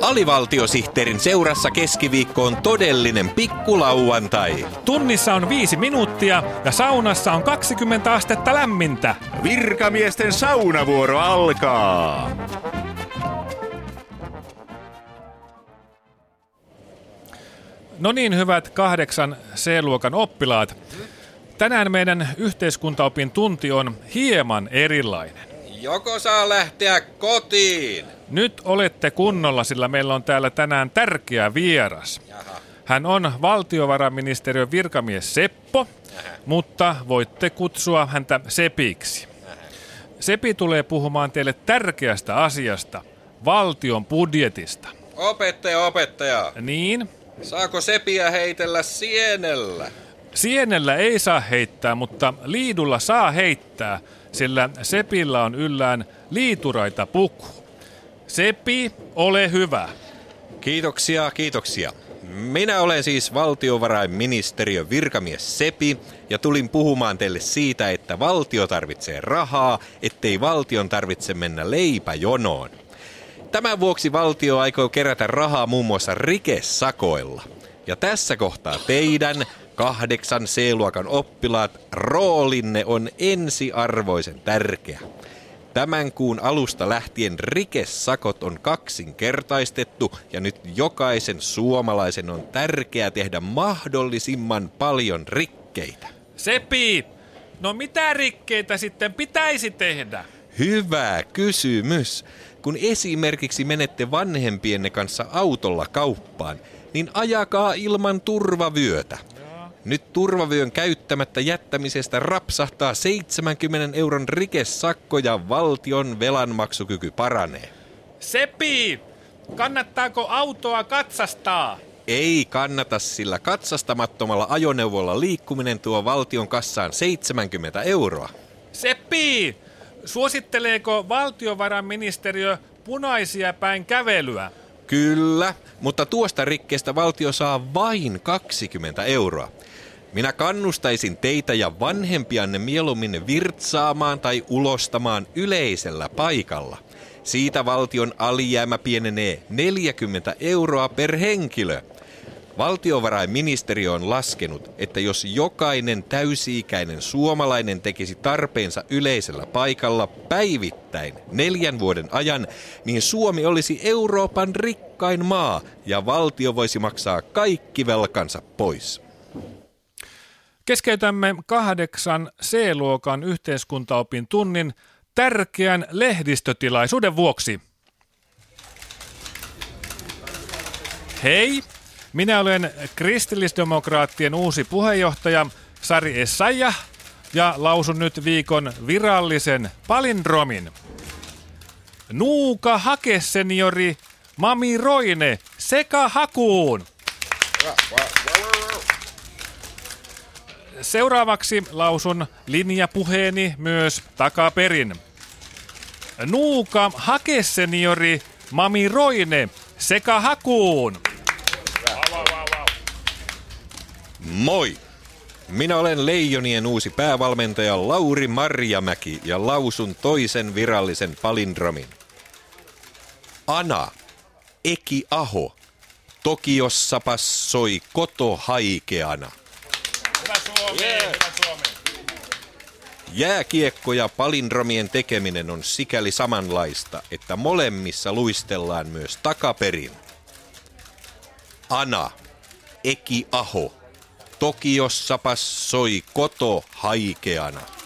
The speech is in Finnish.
Alivaltiosihteerin seurassa keskiviikko on todellinen pikkulauantai. Tunnissa on 5 minuuttia ja saunassa on 20 astetta lämmintä. Virkamiesten saunavuoro alkaa! No niin, hyvät 8 C-luokan oppilaat. Tänään meidän yhteiskuntaopin tunti on hieman erilainen. Joko saa lähteä kotiin? Nyt olette kunnolla, sillä meillä on täällä tänään tärkeä vieras. Jaha. Hän on valtiovarainministeriön virkamies Seppo, mutta voitte kutsua häntä Sepiksi. Sepi tulee puhumaan teille tärkeästä asiasta, valtion budjetista. Opettaja. Niin? Saako Sepiä heitellä sienellä? Sienellä ei saa heittää, mutta liidulla saa heittää, sillä Sepillä on yllään liituraita puku. Sepi, ole hyvä. Kiitoksia. Minä olen siis valtiovarainministeriön virkamies Sepi ja tulin puhumaan teille siitä, että valtio tarvitsee rahaa, ettei valtion tarvitse mennä leipäjonoon. Tämän vuoksi valtio aikoo kerätä rahaa muun muassa rikesakoilla. Ja tässä kohtaa teidän 8 C-luokan oppilaat roolinne on ensiarvoisen tärkeä. Tämän kuun alusta lähtien rikesakot on 2-kertaistettu ja nyt jokaisen suomalaisen on tärkeää tehdä mahdollisimman paljon rikkeitä. Sepi, no mitä rikkeitä sitten pitäisi tehdä? Hyvä kysymys. Kun esimerkiksi menette vanhempienne kanssa autolla kauppaan, niin ajakaa ilman turvavyötä. Nyt turvavyön käyttämättä jättämisestä rapsahtaa 70 euron rikesakko ja valtion velanmaksukyky paranee. Sepi, kannattaako autoa katsastaa? Ei kannata, sillä katsastamattomalla ajoneuvolla liikkuminen tuo valtion kassaan 70 euroa. Sepi, suositteleeko valtiovarainministeriö punaisia päin kävelyä? Kyllä, mutta tuosta rikkeestä valtio saa vain 20 euroa. Minä kannustaisin teitä ja vanhempianne mieluummin virtsaamaan tai ulostamaan yleisellä paikalla. Siitä valtion alijäämä pienenee 40 euroa per henkilö. Valtiovarainministeriö on laskenut, että jos jokainen täysi-ikäinen suomalainen tekisi tarpeensa yleisellä paikalla päivittäin 4 vuoden ajan, niin Suomi olisi Euroopan rikkain maa ja valtio voisi maksaa kaikki velkansa pois. Keskeytämme 8 C-luokan yhteiskuntaopin tunnin tärkeän lehdistötilaisuuden vuoksi. Hei, minä olen kristillisdemokraattien uusi puheenjohtaja Sari Essayah ja lausun nyt viikon virallisen palindromin. Nuuka hakeseniori Mami Roine sekä hakuun. Seuraavaksi lausun linjapuheeni myös takaperin. Nuuka hakeseniori Mami Roine sekä hakuun. Moi! Minä olen Leijonien uusi päävalmentaja Lauri Marjamäki ja lausun toisen virallisen palindromin. Ana, Eki Aho, Tokiossa passoi koto haikeana. Hyvä Suomi, hyvä Suomi. Jääkiekko ja palindromien tekeminen on sikäli samanlaista, että molemmissa luistellaan myös takaperin. Ana, Eki Aho, Tokiossa passoi koto haikeana.